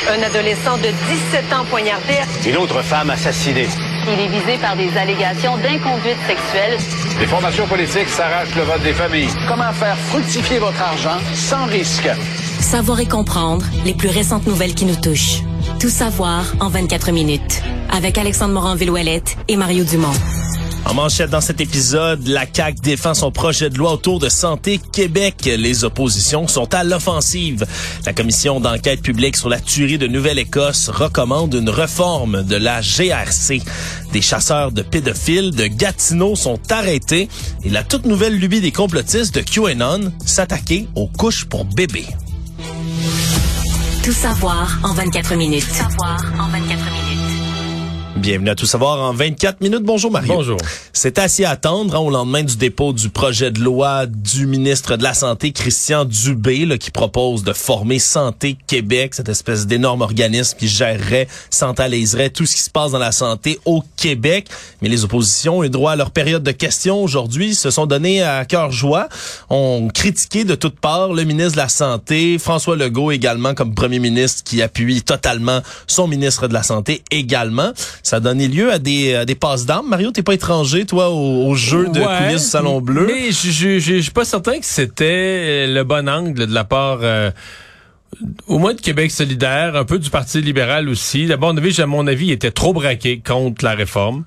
Un adolescent de 17 ans poignardé. Une autre femme assassinée. Il est visé par des allégations d'inconduite sexuelle. Les formations politiques s'arrachent le vote des familles. Comment faire fructifier votre argent sans risque? Savoir et comprendre les plus récentes nouvelles qui nous touchent. Tout savoir en 24 minutes. Avec Alexandre Morin-Villouellette et Mario Dumont. En manchette dans cet épisode, la CAQ défend son projet de loi autour de Santé Québec. Les oppositions sont à l'offensive. La commission d'enquête publique sur la tuerie de Nouvelle-Écosse recommande une réforme de la GRC. Des chasseurs de pédophiles de Gatineau sont arrêtés. Et la toute nouvelle lubie des complotistes de QAnon, s'attaquer aux couches pour bébés. Tout savoir en 24 minutes. Tout savoir en 24 minutes. Bienvenue à Tout savoir en 24 minutes. Bonjour Mario. Bonjour. C'est assez à attendre au lendemain du dépôt du projet de loi du ministre de la Santé, Christian Dubé, qui propose de former Santé Québec, cette espèce d'énorme organisme qui gérerait, centraliserait tout ce qui se passe dans la santé au Québec. Mais les oppositions ont eu droit à leur période de questions aujourd'hui, se sont donnés à cœur joie, ont critiqué de toutes parts le ministre de la Santé, François Legault également comme premier ministre qui appuie totalement son ministre de la Santé également. Ça a donné lieu à des passes d'armes. Mario, t'es pas étranger, toi, au jeu de coulisses du Salon Bleu. Mais je suis pas certain que c'était le bon angle de la part, au moins de Québec solidaire, un peu du Parti libéral aussi. D'abord, à mon avis, il était trop braqué contre la réforme.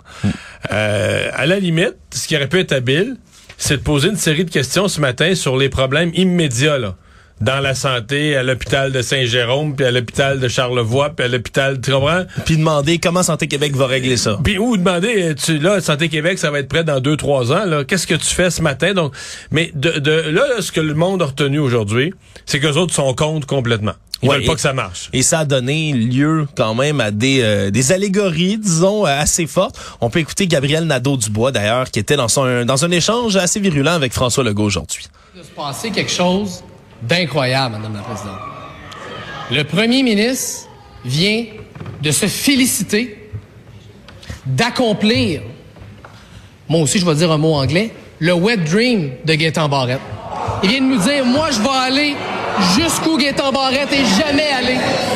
À la limite, ce qui aurait pu être habile, c'est de poser une série de questions ce matin sur les problèmes immédiats, là. Dans la santé, à l'hôpital de Saint-Jérôme, puis à l'hôpital de Charlevoix, puis à l'hôpital, tu comprends? Puis demander comment Santé Québec va régler ça. Puis ou demander, Santé Québec, ça va être prêt dans 2-3 ans, là. Qu'est-ce que tu fais ce matin? Donc, mais là, ce que le monde a retenu aujourd'hui, c'est qu'eux autres sont contre complètement. Ils veulent pas que ça marche. Et ça a donné lieu quand même à des allégories, disons, assez fortes. On peut écouter Gabriel Nadeau-Dubois, d'ailleurs, qui était dans un échange assez virulent avec François Legault aujourd'hui. Il va se passer quelque chose d'incroyable, Madame la Présidente. Le premier ministre vient de se féliciter d'accomplir, moi aussi je vais dire un mot anglais, le wet dream de Gaétan Barrette. Il vient de nous dire, moi je vais aller jusqu'où Gaétan Barrette est jamais allé.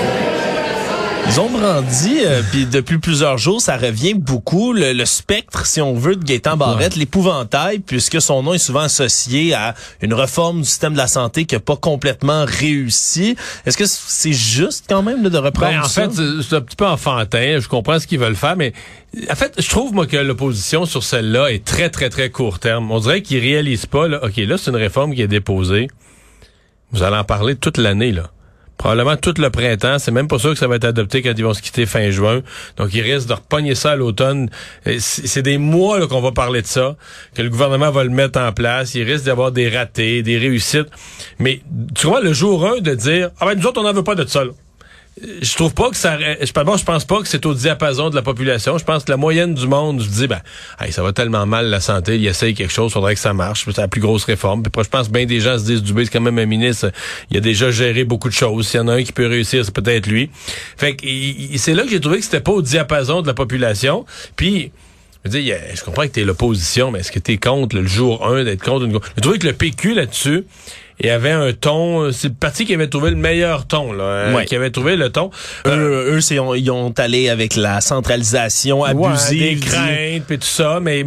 Ils ont brandi, puis depuis plusieurs jours, ça revient beaucoup, le spectre, si on veut, de Gaétan Barrette, l'épouvantail, puisque son nom est souvent associé à une réforme du système de la santé qui n'a pas complètement réussi. Est-ce que c'est juste quand même de reprendre ça? En fait, c'est un petit peu enfantin, je comprends ce qu'ils veulent faire, mais en fait, je trouve, moi, que l'opposition sur celle-là est très, très, très court terme. On dirait qu'ils réalisent pas, là, OK, là, c'est une réforme qui est déposée. Vous allez en parler toute l'année, là. Probablement tout le printemps. C'est même pas sûr que ça va être adopté quand ils vont se quitter fin juin. Donc, ils risquent de repogner ça à l'automne. C'est des mois là, qu'on va parler de ça, que le gouvernement va le mettre en place. Il risque d'avoir des ratés, des réussites. Mais tu vois, le jour 1 de dire « Ah ben, nous autres, on n'en veut pas de ça. » Je trouve pas que ça... je pense pas que c'est au diapason de la population. Je pense que la moyenne du monde se dit, ça va tellement mal la santé, il essaye quelque chose, faudrait que ça marche. C'est la plus grosse réforme. Puis je pense que bien des gens se disent, Dubé, c'est quand même un ministre, il a déjà géré beaucoup de choses. S'il y en a un qui peut réussir, c'est peut-être lui. Fait que c'est là que j'ai trouvé que c'était pas au diapason de la population. Puis... je comprends que t'es l'opposition, mais est-ce que t'es contre le jour 1 d'être contre une... J'ai trouvé que le PQ là-dessus, il y avait un ton, c'est le parti qui avait trouvé le meilleur ton, là, qui avait trouvé le ton. Eux, ils ont allé avec la centralisation abusive. Des craintes et tout ça, mais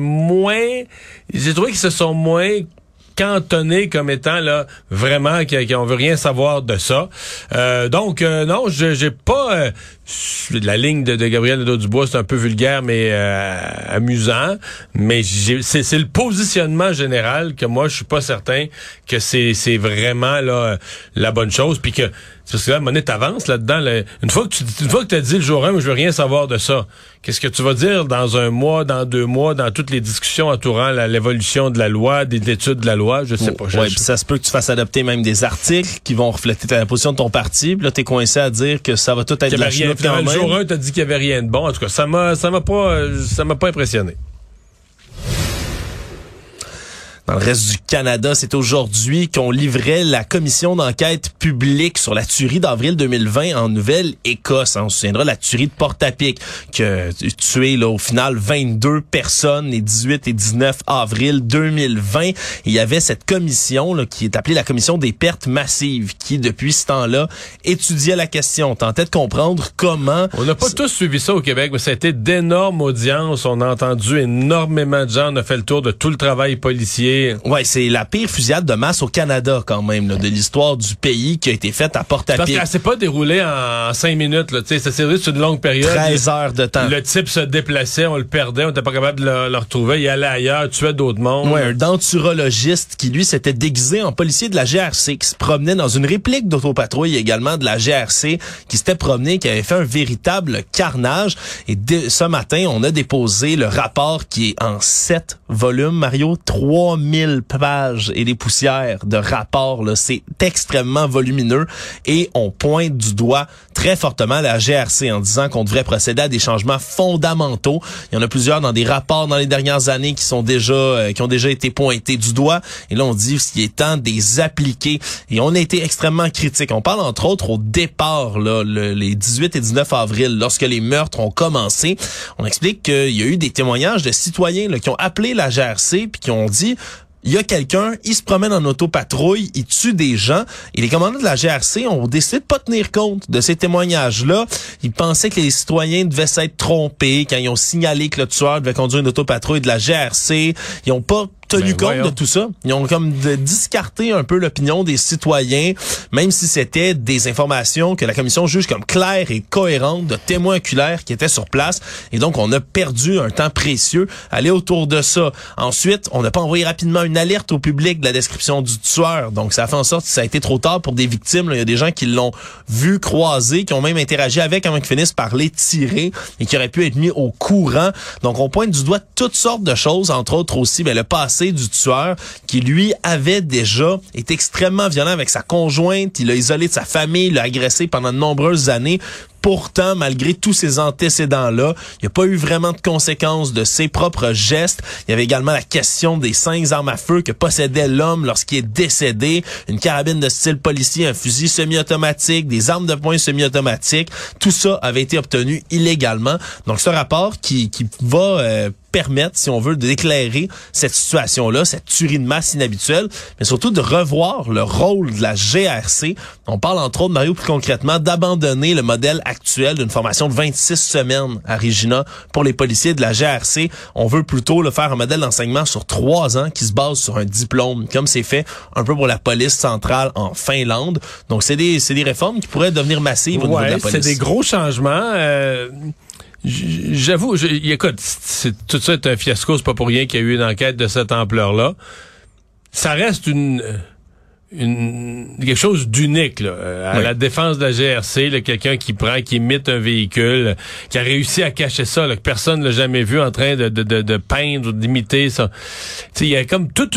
j'ai trouvé qu'ils se sont moins cantonnés comme étant là vraiment qu'on veut rien savoir de ça. Donc non, j'ai pas la ligne de Gabriel Nadeau-Dubois, c'est un peu vulgaire mais amusant, mais c'est le positionnement général que moi je suis pas certain que c'est vraiment là la bonne chose, puis que parce que là, Monet, t'avances là-dedans. Une fois que tu as dit le jour 1, je veux rien savoir de ça, qu'est-ce que tu vas dire dans un mois, dans 2 mois, dans toutes les discussions entourant l'évolution de la loi, de l'étude de la loi, je sais pas. Puis ça se peut que tu fasses adopter même des articles qui vont refléter la position de ton parti, puis là, t'es coincé à dire que ça va tout être de la chenoute quand même. Le jour 1, t'as dit qu'il y avait rien de bon. En tout cas, ça m'a pas impressionné. Dans le reste du Canada, c'est aujourd'hui qu'on livrait la commission d'enquête publique sur la tuerie d'avril 2020 en Nouvelle-Écosse. On se souviendra de la tuerie de Portapique qui a tué là, au final 22 personnes les 18 et 19 avril 2020. Et il y avait cette commission là, qui est appelée la commission des pertes massives qui, depuis ce temps-là, étudiait la question, tentait de comprendre comment... On n'a pas tous suivi ça au Québec, mais ça a été d'énormes audiences. On a entendu énormément de gens. On a fait le tour de tout le travail policier. Ouais, c'est la pire fusillade de masse au Canada quand même, là, de l'histoire du pays qui a été faite à Portapique. Parce qu'elle s'est pas déroulée en 5 minutes. Là, ça s'est déroulé sur une longue période. 13 heures de temps. Le type se déplaçait, on le perdait, on n'était pas capable de le retrouver. Il allait ailleurs, tuait d'autres mondes. Ouais, un denturologiste qui, lui, s'était déguisé en policier de la GRC, qui se promenait dans une réplique d'autopatrouille également de la GRC, qui s'était promené, qui avait fait un véritable carnage. Et ce matin, on a déposé le rapport qui est en 7 volumes, Mario, 3000 pages et des poussières de rapports. Là, c'est extrêmement volumineux et on pointe du doigt très fortement la GRC en disant qu'on devrait procéder à des changements fondamentaux. Il y en a plusieurs dans des rapports dans les dernières années qui ont déjà été pointés du doigt. Et là, on dit qu'il est temps de les appliquer. Et on a été extrêmement critiques. On parle entre autres au départ, là, les 18 et 19 avril, lorsque les meurtres ont commencé. On explique qu'il y a eu des témoignages de citoyens là, qui ont appelé la GRC puis qui ont dit... Il y a quelqu'un, il se promène en autopatrouille, il tue des gens, et les commandants de la GRC ont décidé de pas tenir compte de ces témoignages-là. Ils pensaient que les citoyens devaient s'être trompés quand ils ont signalé que le tueur devait conduire une autopatrouille de la GRC. Ils ont pas tenu compte de tout ça. Ils ont comme discarté un peu l'opinion des citoyens, même si c'était des informations que la commission juge comme claires et cohérentes, de témoins oculaires qui étaient sur place. Et donc, on a perdu un temps précieux à aller autour de ça. Ensuite, on n'a pas envoyé rapidement une alerte au public de la description du tueur. Donc, ça a fait en sorte que ça a été trop tard pour des victimes. Là, il y a des gens qui l'ont vu croiser, qui ont même interagi avec avant qu'ils finissent par les tirer et qui auraient pu être mis au courant. Donc, on pointe du doigt toutes sortes de choses, entre autres aussi le passé du tueur qui, lui, avait déjà été extrêmement violent avec sa conjointe. Il l'a isolé de sa famille, il l'a agressé pendant de nombreuses années. Pourtant, malgré tous ces antécédents-là, il n'y a pas eu vraiment de conséquences de ses propres gestes. Il y avait également la question des 5 armes à feu que possédait l'homme lorsqu'il est décédé. Une carabine de style policier, un fusil semi-automatique, des armes de poing semi-automatiques. Tout ça avait été obtenu illégalement. Donc, ce rapport qui va permettre, si on veut, d'éclairer cette situation-là, cette tuerie de masse inhabituelle, mais surtout de revoir le rôle de la GRC. On parle entre autres, Mario, plus concrètement, d'abandonner le modèle actuel d'une formation de 26 semaines à Regina pour les policiers de la GRC. On veut plutôt faire un modèle d'enseignement sur 3 ans qui se base sur un diplôme, comme c'est fait un peu pour la police centrale en Finlande. Donc, c'est des réformes qui pourraient devenir massives au niveau de la police. C'est des gros changements. J'avoue, écoute, tout ça est un fiasco, c'est pas pour rien qu'il y a eu une enquête de cette ampleur-là. Ça reste quelque chose d'unique là, à la défense de la GRC, là, quelqu'un qui imite un véhicule, qui a réussi à cacher ça, là, que personne l'a jamais vu en train de peindre ou d'imiter ça. Tu sais, il y a comme tout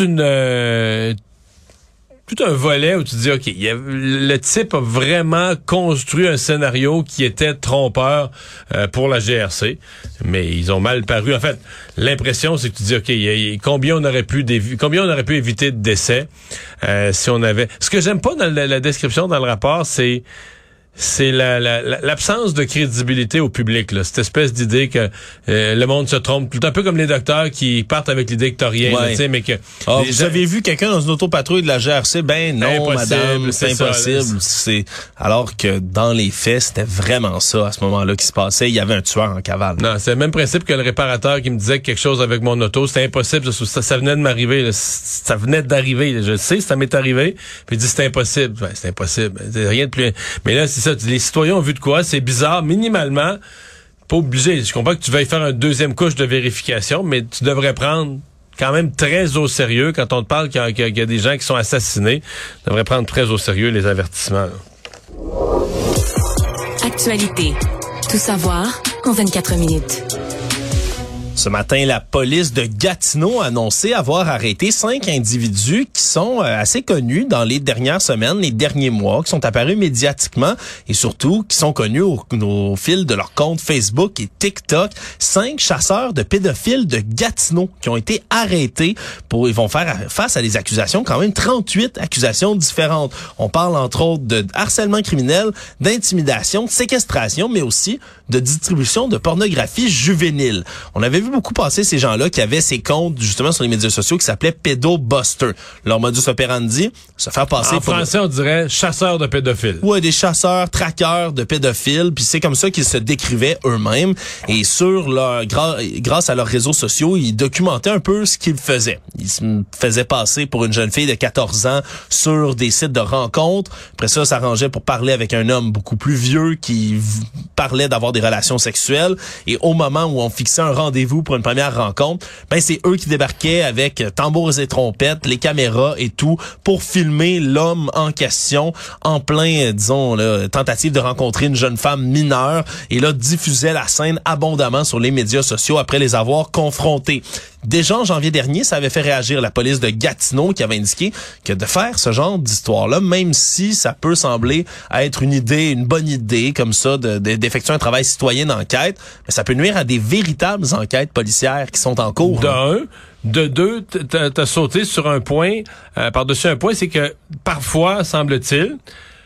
un volet où tu dis, OK, le type a vraiment construit un scénario qui était trompeur pour la GRC, mais ils ont mal paru. En fait, l'impression, c'est que tu dis, OK, combien on aurait pu éviter de décès si on avait... Ce que j'aime pas dans la description dans le rapport, c'est l'absence de crédibilité au public, là. Cette espèce d'idée que le monde se trompe. Tout un peu comme les docteurs qui partent avec l'idée que t'as rien, tu sais, mais que... vous avez vu quelqu'un dans une autopatrouille de la GRC? Ben non, madame, c'est impossible. Alors que dans les faits, c'était vraiment ça à ce moment-là qui se passait. Il y avait un tueur en cavale. Non, c'est le même principe que le réparateur qui me disait quelque chose avec mon auto. C'était impossible. Ça venait de m'arriver. Là. Ça venait d'arriver. Là. Je sais, ça m'est arrivé. Puis il dit, c'est impossible. Ouais, c'est impossible. C'est rien de plus... Mais là, c'est ça, les citoyens ont vu de quoi, c'est bizarre, minimalement, pas obligé. Je comprends que tu veuilles faire une deuxième couche de vérification, mais tu devrais prendre quand même très au sérieux, quand on te parle qu'il y a des gens qui sont assassinés, tu devrais prendre très au sérieux les avertissements. Actualité. Tout savoir en 24 minutes. Ce matin, la police de Gatineau a annoncé avoir arrêté 5 individus qui sont assez connus dans les dernières semaines, les derniers mois, qui sont apparus médiatiquement et surtout qui sont connus au fil de leur compte Facebook et TikTok. 5 chasseurs de pédophiles de Gatineau qui ont été arrêtés ils vont faire face à des accusations, quand même 38 accusations différentes. On parle entre autres de harcèlement criminel, d'intimidation, de séquestration, mais aussi de distribution de pornographie juvénile. On avait vu beaucoup passer ces gens-là qui avaient ces comptes justement sur les médias sociaux qui s'appelaient pédobuster. Leur modus operandi, se faire passer en français, on dirait chasseurs de pédophiles. Ouais, des chasseurs, traqueurs de pédophiles, puis c'est comme ça qu'ils se décrivaient eux-mêmes. Et sur leur grâce à leurs réseaux sociaux, ils documentaient un peu ce qu'ils faisaient. Ils se faisaient passer pour une jeune fille de 14 ans sur des sites de rencontres. Après ça s'arrangeait pour parler avec un homme beaucoup plus vieux qui parlait d'avoir des relations sexuelles. Et au moment où on fixait un rendez-vous pour une première rencontre, c'est eux qui débarquaient avec tambours et trompettes, les caméras et tout pour filmer l'homme en question en plein, tentative de rencontrer une jeune femme mineure et là diffusaient la scène abondamment sur les médias sociaux après les avoir confrontés. Déjà en janvier dernier, ça avait fait réagir la police de Gatineau qui avait indiqué que de faire ce genre d'histoire-là, même si ça peut sembler être une bonne idée comme ça d'effectuer un travail citoyen d'enquête, mais ça peut nuire à des véritables enquêtes policières qui sont en cours. De deux, t'as sauté sur un point, par-dessus un point, c'est que parfois, semble-t-il,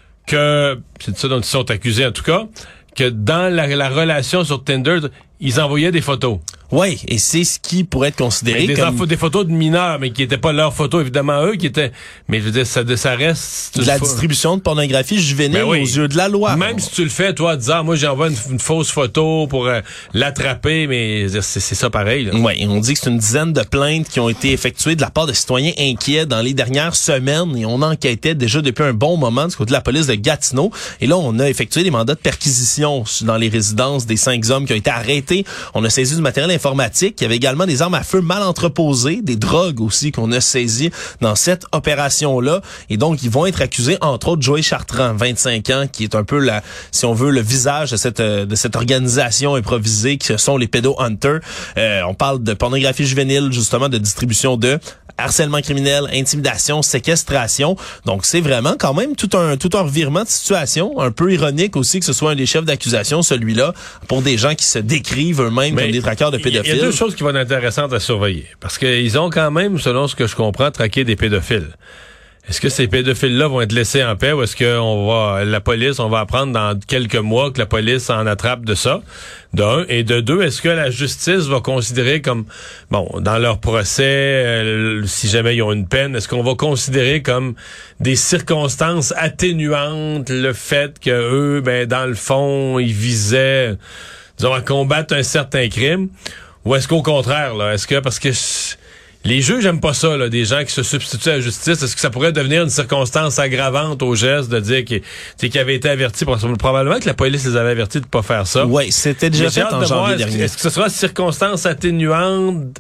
que, c'est de ça dont ils sont accusés en tout cas, que dans la relation sur Tinder, ils envoyaient des photos. Oui, et c'est ce qui pourrait être considéré comme... Des photos de mineurs, mais qui n'étaient pas leurs photos, évidemment, eux, qui étaient... Mais je veux dire, ça reste... De la distribution de pornographie juvénile aux yeux de la loi. Même si tu le fais, toi, en disant, moi, j'envoie une fausse photo pour l'attraper, mais c'est ça pareil. Oui, on dit que c'est une dizaine de plaintes qui ont été effectuées de la part de citoyens inquiets dans les dernières semaines, et on enquêtait déjà depuis un bon moment du côté de la police de Gatineau. Et là, on a effectué des mandats de perquisition dans les résidences des 5 hommes qui ont été arrêtés. On a saisi du matériel informatique. Il y avait également des armes à feu mal entreposées, des drogues aussi qu'on a saisies dans cette opération-là. Et donc, ils vont être accusés, entre autres, Joey Chartrand, 25 ans, qui est un peu si on veut, le visage de cette organisation improvisée qui sont les pédo-hunters. On parle de pornographie juvénile, justement, de distribution de harcèlement criminel, intimidation, séquestration. Donc, c'est vraiment quand même tout un revirement de situation. Un peu ironique aussi que ce soit un des chefs d'accusation, celui-là, pour des gens qui se décrivent eux-mêmes comme des traqueurs de pédophiles. Il y a deux choses qui vont être intéressantes à surveiller. Parce qu'ils ont quand même, selon ce que je comprends, traqué des pédophiles. Est-ce que ces pédophiles-là vont être laissés en paix ou est-ce que la police, on va apprendre dans quelques mois que la police en attrape de ça? D'un. Et de deux, est-ce que la justice va considérer comme, dans leur procès, si jamais ils ont une peine, est-ce qu'on va considérer comme des circonstances atténuantes le fait que eux, dans le fond, ils visaient, disons, à combattre un certain crime? Ou est-ce qu'au contraire, parce que les juges n'aiment pas ça, des gens qui se substituent à la justice. Est-ce que ça pourrait devenir une circonstance aggravante au geste de dire qu'ils avaient été avertis? Probablement que la police les avait avertis de ne pas faire ça. Oui, c'était déjà fait en janvier dernier. Est-ce que ce sera circonstance atténuante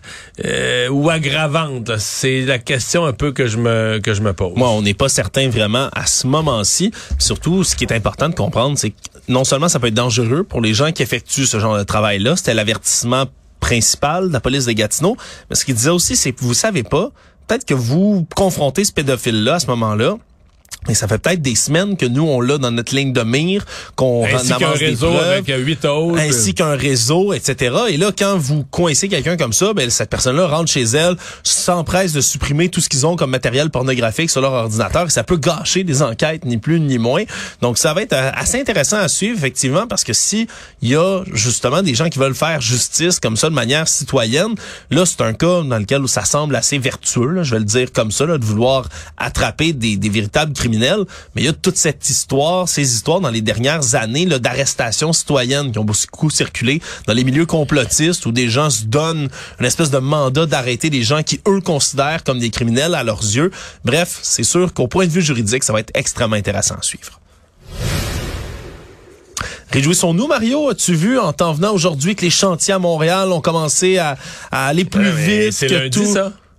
ou aggravante? C'est la question un peu que je me pose. Moi, on n'est pas certain vraiment à ce moment-ci. Surtout, ce qui est important de comprendre, c'est que non seulement ça peut être dangereux pour les gens qui effectuent ce genre de travail-là, c'était l'avertissement principal de la police de Gatineau. Mais ce qu'il disait aussi, c'est que vous savez pas, peut-être que vous confrontez ce pédophile-là à ce moment-là, mais ça fait peut-être des semaines que nous, on l'a dans notre ligne de mire, qu'on ainsi qu'un réseau avec 8 autres. Ainsi qu'un réseau, etc. Et là, quand vous coincez quelqu'un comme ça, cette personne-là rentre chez elle, s'empresse de supprimer tout ce qu'ils ont comme matériel pornographique sur leur ordinateur. Et ça peut gâcher des enquêtes, ni plus ni moins. Donc, ça va être assez intéressant à suivre, effectivement, parce que si il y a justement des gens qui veulent faire justice comme ça de manière citoyenne, là, c'est un cas dans lequel ça semble assez vertueux, là, je vais le dire comme ça, là, de vouloir attraper des véritables criminels. Mais il y a toute cette histoire, ces histoires dans les dernières années d'arrestations citoyennes qui ont beaucoup circulé dans les milieux complotistes où des gens se donnent une espèce de mandat d'arrêter des gens qui, eux, considèrent comme des criminels à leurs yeux. Bref, c'est sûr qu'au point de vue juridique, ça va être extrêmement intéressant à suivre. Réjouissons-nous, Mario. As-tu vu, en t'en venant aujourd'hui, que les chantiers à Montréal ont commencé à aller plus vite c'est que lundi, tout? Ça?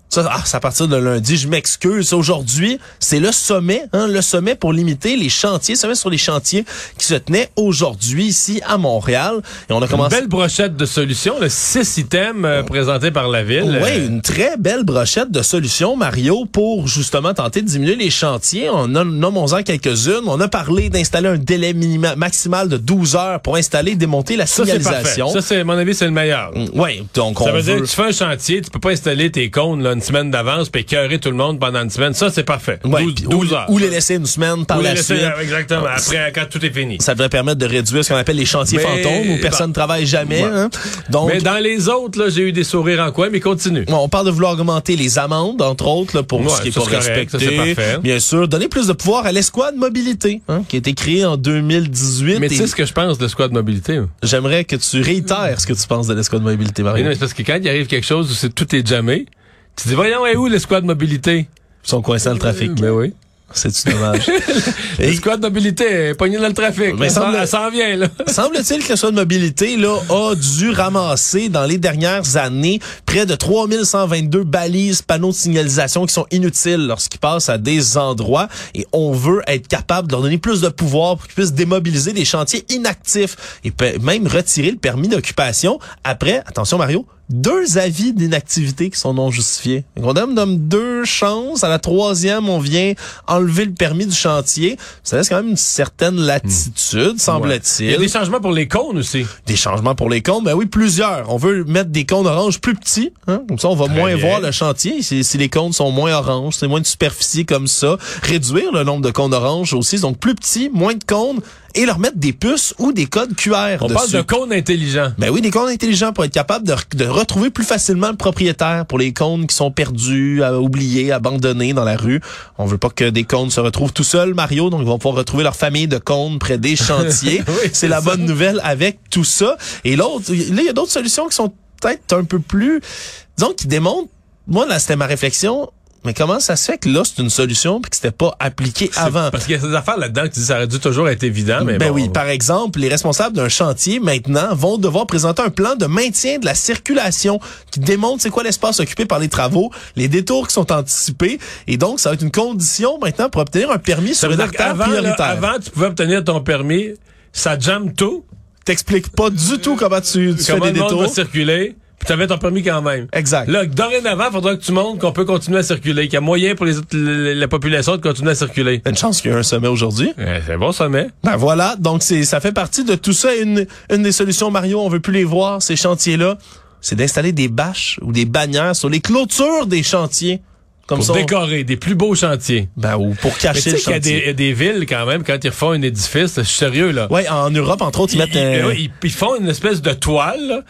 Ça, c'est à partir de lundi, je m'excuse. Aujourd'hui, c'est le sommet pour limiter les chantiers, sommet sur les chantiers qui se tenaient aujourd'hui ici à Montréal. Et on a commencé... Une belle brochette de solutions, 6 items présentés par la Ville. Oui, une très belle brochette de solutions, Mario, pour justement tenter de diminuer les chantiers. Nommons-en quelques-unes. On a parlé d'installer un délai maximal de 12 heures pour installer et démonter la signalisation. Ça, c'est, à mon avis, c'est le meilleur. Oui, donc ça veut dire que tu fais un chantier, tu peux pas installer tes cônes là, une semaine d'avance puis écœurer tout le monde pendant une semaine. Ça, c'est parfait. Ouais, 12 heures. Ou les laisser une semaine par la suite. Exactement. Après, quand tout est fini. Ça devrait permettre de réduire ce qu'on appelle les chantiers fantômes où personne ne travaille jamais. Ouais. Hein. Donc, mais dans les autres, là, j'ai eu des sourires en coin, mais continue. On parle de vouloir augmenter les amendes, entre autres, là, pour ce qui est pas respecté. Ça, c'est parfait. Bien sûr, donner plus de pouvoir à l'escouade mobilité, qui a été créée en 2018. Mais tu sais ce que je pense de l'escouade mobilité? J'aimerais que tu réitères ce que tu penses de l'escouade mobilité, Mario. Mais c'est parce que quand il arrive quelque chose où tout est jamais, tu dis, voyons, où l'escouade mobilité? Ils sont coincés dans le trafic. Ben oui. C'est dommage. L'escouade mobilité est pognée dans le trafic. Mais elle s'en vient, là. Semble-t-il que l'escouade mobilité, là, a dû ramasser dans les dernières années près de 3122 balises, panneaux de signalisation qui sont inutiles lorsqu'ils passent à des endroits et on veut être capable de leur donner plus de pouvoir pour qu'ils puissent démobiliser des chantiers inactifs et même retirer le permis d'occupation après, attention Mario, 2 avis d'inactivité qui sont non justifiés. On donne 2 chances. À la 3e, on vient enlever le permis du chantier. Ça laisse quand même une certaine latitude, semble-t-il. Il y a des changements pour les cônes aussi. Des changements pour les cônes? Ben oui, plusieurs. On veut mettre des cônes orange plus petits. Comme ça, on va moins voir le chantier. Si les cônes sont moins orange, c'est moins de superficie comme ça. Réduire le nombre de cônes orange aussi. Donc, plus petits, moins de cônes. Et leur mettre des puces ou des codes QR On parle de cônes intelligents. Ben oui, des cônes intelligents pour être capable de retrouver plus facilement le propriétaire pour les cônes qui sont perdus, oubliés, abandonnés dans la rue. On veut pas que des cônes se retrouvent tout seuls, Mario, donc ils vont pouvoir retrouver leur famille de cônes près des chantiers. Oui, c'est la bonne nouvelle avec tout ça. Et l'autre, là, il y a d'autres solutions qui sont peut-être un peu plus, disons, qui démontrent, moi, là, c'était ma réflexion. Mais comment ça se fait que là, c'est une solution puis que c'était pas appliqué avant? Parce qu'il y a ces affaires là-dedans que tu dis, ça aurait dû toujours être évident, mais ben bon. oui, par exemple, les responsables d'un chantier, maintenant, vont devoir présenter un plan de maintien de la circulation qui démontre c'est quoi l'espace occupé par les travaux, les détours qui sont anticipés, et donc, ça va être une condition maintenant pour obtenir un permis sur une artère prioritaire. Là, avant, tu pouvais obtenir ton permis, ça jamme tout. T'expliques pas du tout comment tu fais des détours. Comment le monde va circuler. Puis tu avais ton permis quand même. Exact. Là, dorénavant, il faudra que tu montres qu'on peut continuer à circuler, qu'il y a moyen pour la population de continuer à circuler. Une chance qu'il y a un sommet aujourd'hui. C'est un bon sommet. Ben voilà, donc ça fait partie de tout ça. Une des solutions, Mario, on veut plus les voir, ces chantiers-là, c'est d'installer des bâches ou des bannières sur les clôtures des chantiers. Comme pour décorer des plus beaux chantiers. Ben, ou pour cacher le chantier. Mais tu sais qu'il y a des villes, quand même, quand ils refont un édifice, je suis sérieux, là. Ouais, en Europe, entre autres, ils font une espèce de toile, là,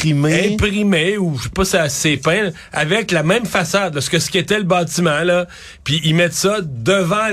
imprimée, ou je sais pas si c'est peint, avec la même façade, là, ce qu'était le bâtiment, là. Puis ils mettent ça devant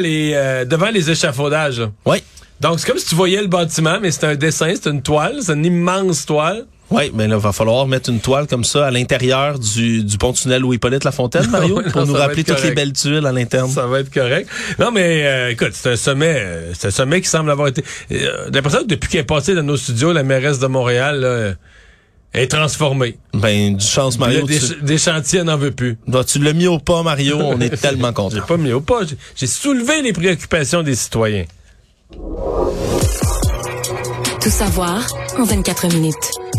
les échafaudages. Oui. Donc, c'est comme si tu voyais le bâtiment, mais c'est un dessin, c'est une toile, c'est une immense toile. Oui, mais là, il va falloir mettre une toile comme ça à l'intérieur du pont-tunnel Louis-Hippolyte Lafontaine, Mario, pour nous rappeler toutes les belles tuiles à l'interne. Ça va être correct. Non, mais écoute, c'est un sommet qui semble avoir été... l'impression que depuis qu'elle est passée dans nos studios, la mairesse de Montréal là, est transformée. Ben, du chance, Mario. Des chantiers, elle n'en veut plus. Ben, tu l'as mis au pas, Mario, on est tellement contents. J'ai pas mis au pas, j'ai soulevé les préoccupations des citoyens. Tout savoir en 24 minutes.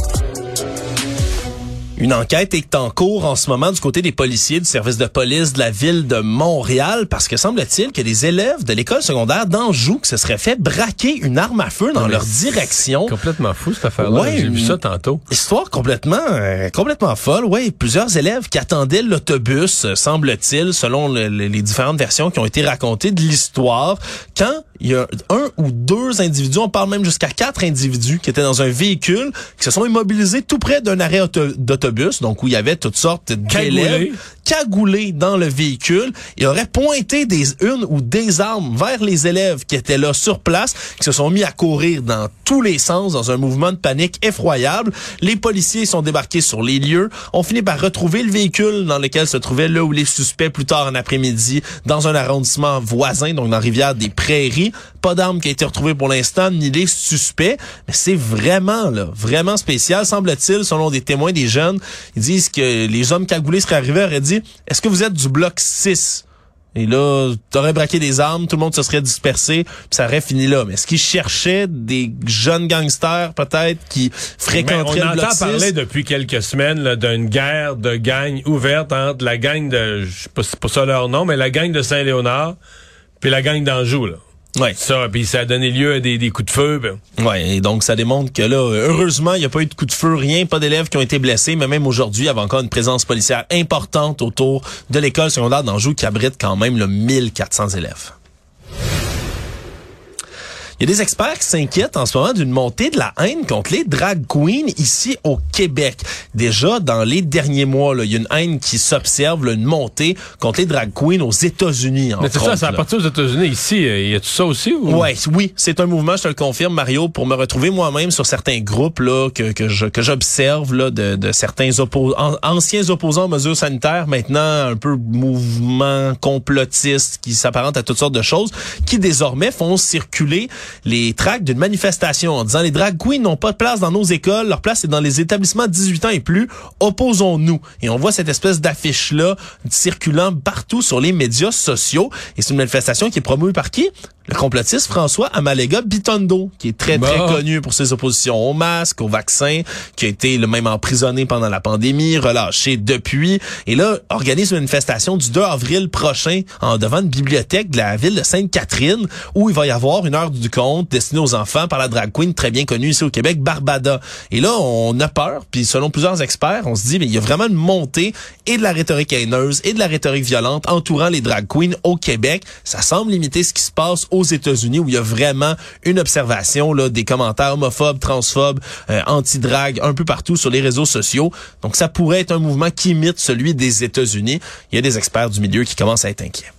Une enquête est en cours en ce moment du côté des policiers du service de police de la ville de Montréal parce que semble-t-il que des élèves de l'école secondaire d'Anjou qui se seraient fait braquer une arme à feu dans leur direction. Complètement fou cette affaire-là. Ouais, j'ai vu ça tantôt. Histoire complètement folle. Ouais, plusieurs élèves qui attendaient l'autobus, semble-t-il, selon les différentes versions qui ont été racontées de l'histoire, quand il y a 1 ou 2 individus, on parle même jusqu'à 4 individus qui étaient dans un véhicule, qui se sont immobilisés tout près d'un arrêt d'autobus, donc où il y avait toutes sortes d'élèves cagoulés dans le véhicule. Ils auraient pointé une ou des armes vers les élèves qui étaient là sur place, qui se sont mis à courir dans tous les sens dans un mouvement de panique effroyable. Les policiers sont débarqués sur les lieux, ont fini par retrouver le véhicule dans lequel se trouvaient là où les suspects plus tard en après-midi dans un arrondissement voisin, donc dans Rivière-des-Prairies. Pas d'armes qui a été retrouvée pour l'instant, ni les suspects, mais c'est vraiment spécial, semble-t-il, selon des témoins des jeunes Ils disent que les hommes cagoulés seraient arrivés, auraient dit « Est-ce que vous êtes du bloc 6 ?» Et là, t'aurais braqué des armes, tout le monde se serait dispersé, puis ça aurait fini là. Mais est-ce qu'ils cherchaient des jeunes gangsters, peut-être, qui fréquenteraient le bloc 6? On entend parler depuis quelques semaines là, d'une guerre de gangs ouverte entre la gang de, je sais pas si c'est pas ça leur nom, mais la gang de Saint-Léonard, puis la gang d'Anjou, là. Ouais. Ça, puis ça a donné lieu à des coups de feu. Ben. Ouais, et donc ça démontre que là, heureusement, il n'y a pas eu de coup de feu, rien, pas d'élèves qui ont été blessés, mais même aujourd'hui, il y avait encore une présence policière importante autour de l'école secondaire d'Anjou qui abrite quand même 1400 élèves. Il y a des experts qui s'inquiètent en ce moment d'une montée de la haine contre les drag queens ici au Québec. Déjà, dans les derniers mois, là, il y a une haine qui s'observe, là, une montée contre les drag queens aux États-Unis. Mais c'est ça, c'est à partir aux États-Unis. Ici, y a tout ça aussi? Ou? Ouais, oui, c'est un mouvement, je te le confirme, Mario, pour me retrouver moi-même sur certains groupes là que j'observe là de certains anciens opposants aux mesures sanitaires, maintenant un peu mouvement complotiste qui s'apparente à toutes sortes de choses, qui désormais font circuler les tracts d'une manifestation en disant les drag queens n'ont pas de place dans nos écoles, leur place est dans les établissements de 18 ans et plus, opposons-nous. Et on voit cette espèce d'affiche-là circulant partout sur les médias sociaux. Et c'est une manifestation qui est promue par qui? Le complotiste François Amalega Bitondo, qui est très connu pour ses oppositions au masque, au vaccin, qui a été le même emprisonné pendant la pandémie, relâché depuis, et là, organise une manifestation du 2 avril prochain devant une bibliothèque de la ville de Sainte-Catherine, où il va y avoir une heure du conte destinée aux enfants par la drag queen très bien connue ici au Québec, Barbada. Et là, on a peur, puis selon plusieurs experts, on se dit, mais il y a vraiment une montée et de la rhétorique haineuse et de la rhétorique violente entourant les drag queens au Québec. Ça semble limiter ce qui se passe aux États-Unis, où il y a vraiment une observation là des commentaires homophobes, transphobes, anti-drague un peu partout sur les réseaux sociaux. Donc ça pourrait être un mouvement qui imite celui des États-Unis. Il y a des experts du milieu qui commencent à être inquiets.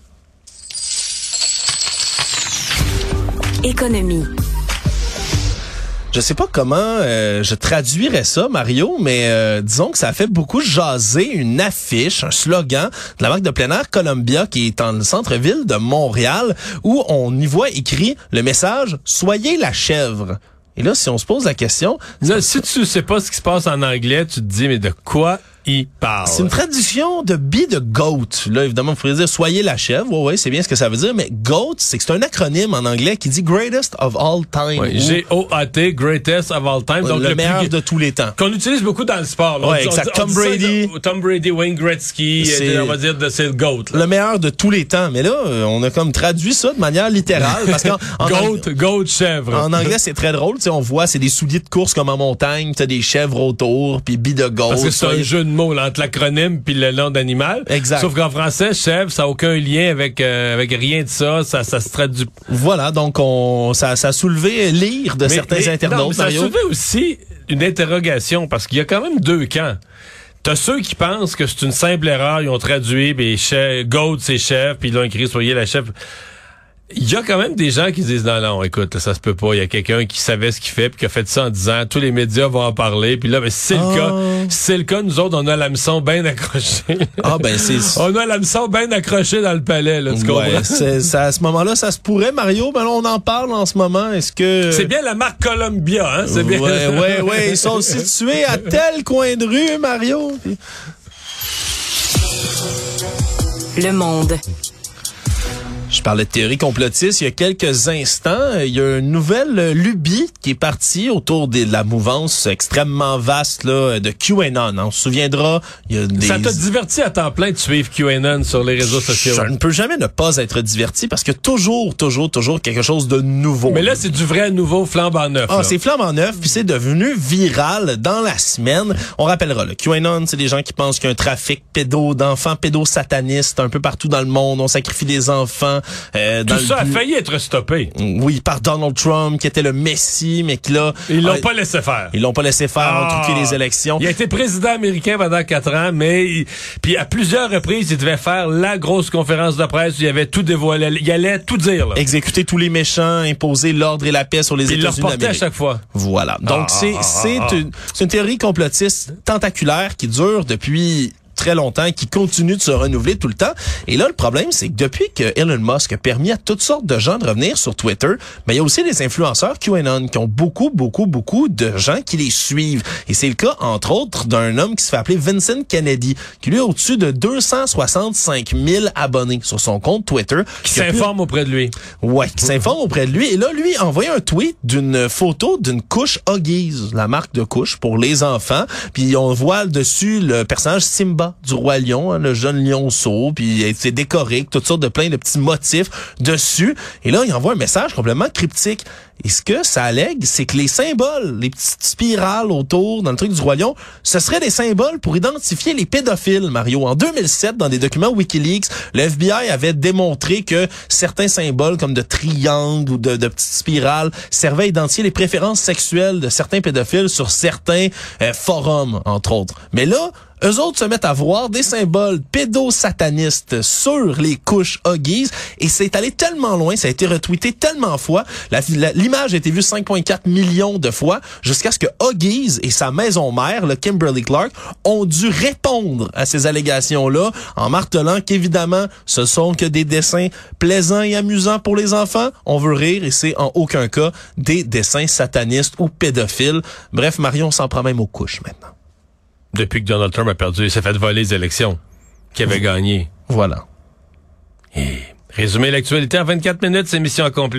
Économie. Je sais pas comment je traduirais ça, Mario, mais disons que ça a fait beaucoup jaser une affiche, un slogan de la marque de plein air Columbia qui est dans le centre-ville de Montréal où on y voit écrit le message « Soyez la chèvre ». Et là, si on se pose la question... Là, si tu sais pas ce qui se passe en anglais, tu te dis, mais de quoi il parle? C'est une traduction de be the goat. Là, évidemment, vous pourriez dire soyez la chèvre. Ouais, c'est bien ce que ça veut dire. Mais goat, c'est un acronyme en anglais qui dit greatest of all time. Ouais, G-O-A-T, greatest of all time. Donc le meilleur de tous les temps. Qu'on utilise beaucoup dans le sport. Là. Ouais, exact. Tom Brady, Wayne Gretzky, on va dire c'est le GOAT. Là. Le meilleur de tous les temps. Mais là, on a comme traduit ça de manière littérale. Parce qu'en goat chèvre. En anglais, c'est très drôle. Tu sais, on voit, c'est des souliers de course comme en montagne. Tu as des chèvres autour, puis be the goat. Parce que c'est un jeu de mots là, entre l'acronyme puis le nom d'animal. Exact. Sauf qu'en français, chèvre, ça n'a aucun lien avec rien de ça. Ça se traduit. Voilà, donc ça a soulevé l'ire de certains internautes. Non, mais ça a soulevé aussi une interrogation parce qu'il y a quand même deux camps. T'as ceux qui pensent que c'est une simple erreur, ils ont traduit, puis goat c'est chef, puis ils l'ont écrit soyez la chef. Il y a quand même des gens qui disent non, écoute, ça se peut pas. Il y a quelqu'un qui savait ce qu'il fait puis qui a fait ça en disant tous les médias vont en parler. Puis là, ben si c'est le cas, nous autres, on a l'hameçon bien accroché. On a l'hameçon bien accroché dans le palais, là, tu comprends? À ce moment-là, ça se pourrait, Mario. Ben là, on en parle en ce moment. Est-ce que c'est bien la marque Columbia, hein? C'est bien. Ouais. Ils sont situés à tel coin de rue, Mario. Le Monde. Je parlais de théorie complotiste il y a quelques instants. Il y a une nouvelle lubie qui est partie autour de la mouvance extrêmement vaste là, de QAnon. On se souviendra, il y a des... Ça t'a diverti à temps plein de suivre QAnon sur les réseaux sociaux? Je ne peux jamais ne pas être diverti parce que toujours quelque chose de nouveau. Mais là, c'est du vrai nouveau flambant neuf. C'est flambant neuf, puis c'est devenu viral dans la semaine. On rappellera, là, QAnon, c'est des gens qui pensent qu'il y a un trafic d'enfants pédosatanistes un peu partout dans le monde. On sacrifie des enfants. Tout ça a failli être stoppé. Oui, par Donald Trump, qui était le messie, mais qui là... Ils l'ont pas laissé faire. Ils l'ont pas laissé faire, ont truqué les élections. Il a été président américain pendant 4 ans, mais puis à plusieurs reprises, il devait faire la grosse conférence de presse où il avait tout dévoilé. Il allait tout dire. Là. Exécuter tous les méchants, imposer l'ordre et la paix sur les États-Unis d'Amérique. Il le reportait à chaque fois. Voilà. Donc, c'est une théorie complotiste tentaculaire qui dure depuis très longtemps, qui continue de se renouveler tout le temps. Et là, le problème, c'est que depuis que Elon Musk a permis à toutes sortes de gens de revenir sur Twitter, mais il y a aussi les influenceurs QAnon qui ont beaucoup de gens qui les suivent. Et c'est le cas, entre autres, d'un homme qui se fait appeler Vincent Kennedy, qui lui a au-dessus de 265 000 abonnés sur son compte Twitter. Qui s'informe auprès de lui. Ouais, qui s'informe auprès de lui. Et là, lui a envoyé un tweet d'une photo d'une couche Huggies, la marque de couche pour les enfants. Puis on voit dessus le personnage Simba du Roi Lion, hein, le jeune lionceau, puis c'est décoré, toutes sortes de plein de petits motifs dessus. Et là, il envoie un message complètement cryptique. Et ce que ça allègue, c'est que les symboles, les petites spirales autour, dans le truc du Roi Lion, ce seraient des symboles pour identifier les pédophiles, Mario. En 2007, dans des documents WikiLeaks, le FBI avait démontré que certains symboles, comme de triangles ou de petites spirales, servaient à identifier les préférences sexuelles de certains pédophiles sur certains forums, entre autres. Mais là, eux autres se mettent à voir des symboles pédosatanistes sur les couches Huggies et c'est allé tellement loin, ça a été retweeté tellement de fois, l'image a été vue 5,4 millions de fois jusqu'à ce que Huggies et sa maison mère, le Kimberly-Clark, ont dû répondre à ces allégations-là en martelant qu'évidemment, ce sont que des dessins plaisants et amusants pour les enfants. On veut rire et c'est en aucun cas des dessins satanistes ou pédophiles. Bref, Marion s'en prend même aux couches maintenant. Depuis que Donald Trump a perdu, il s'est fait voler les élections qu'il avait gagnées. Voilà. Et résumer l'actualité en 24 minutes, c'est mission accomplie.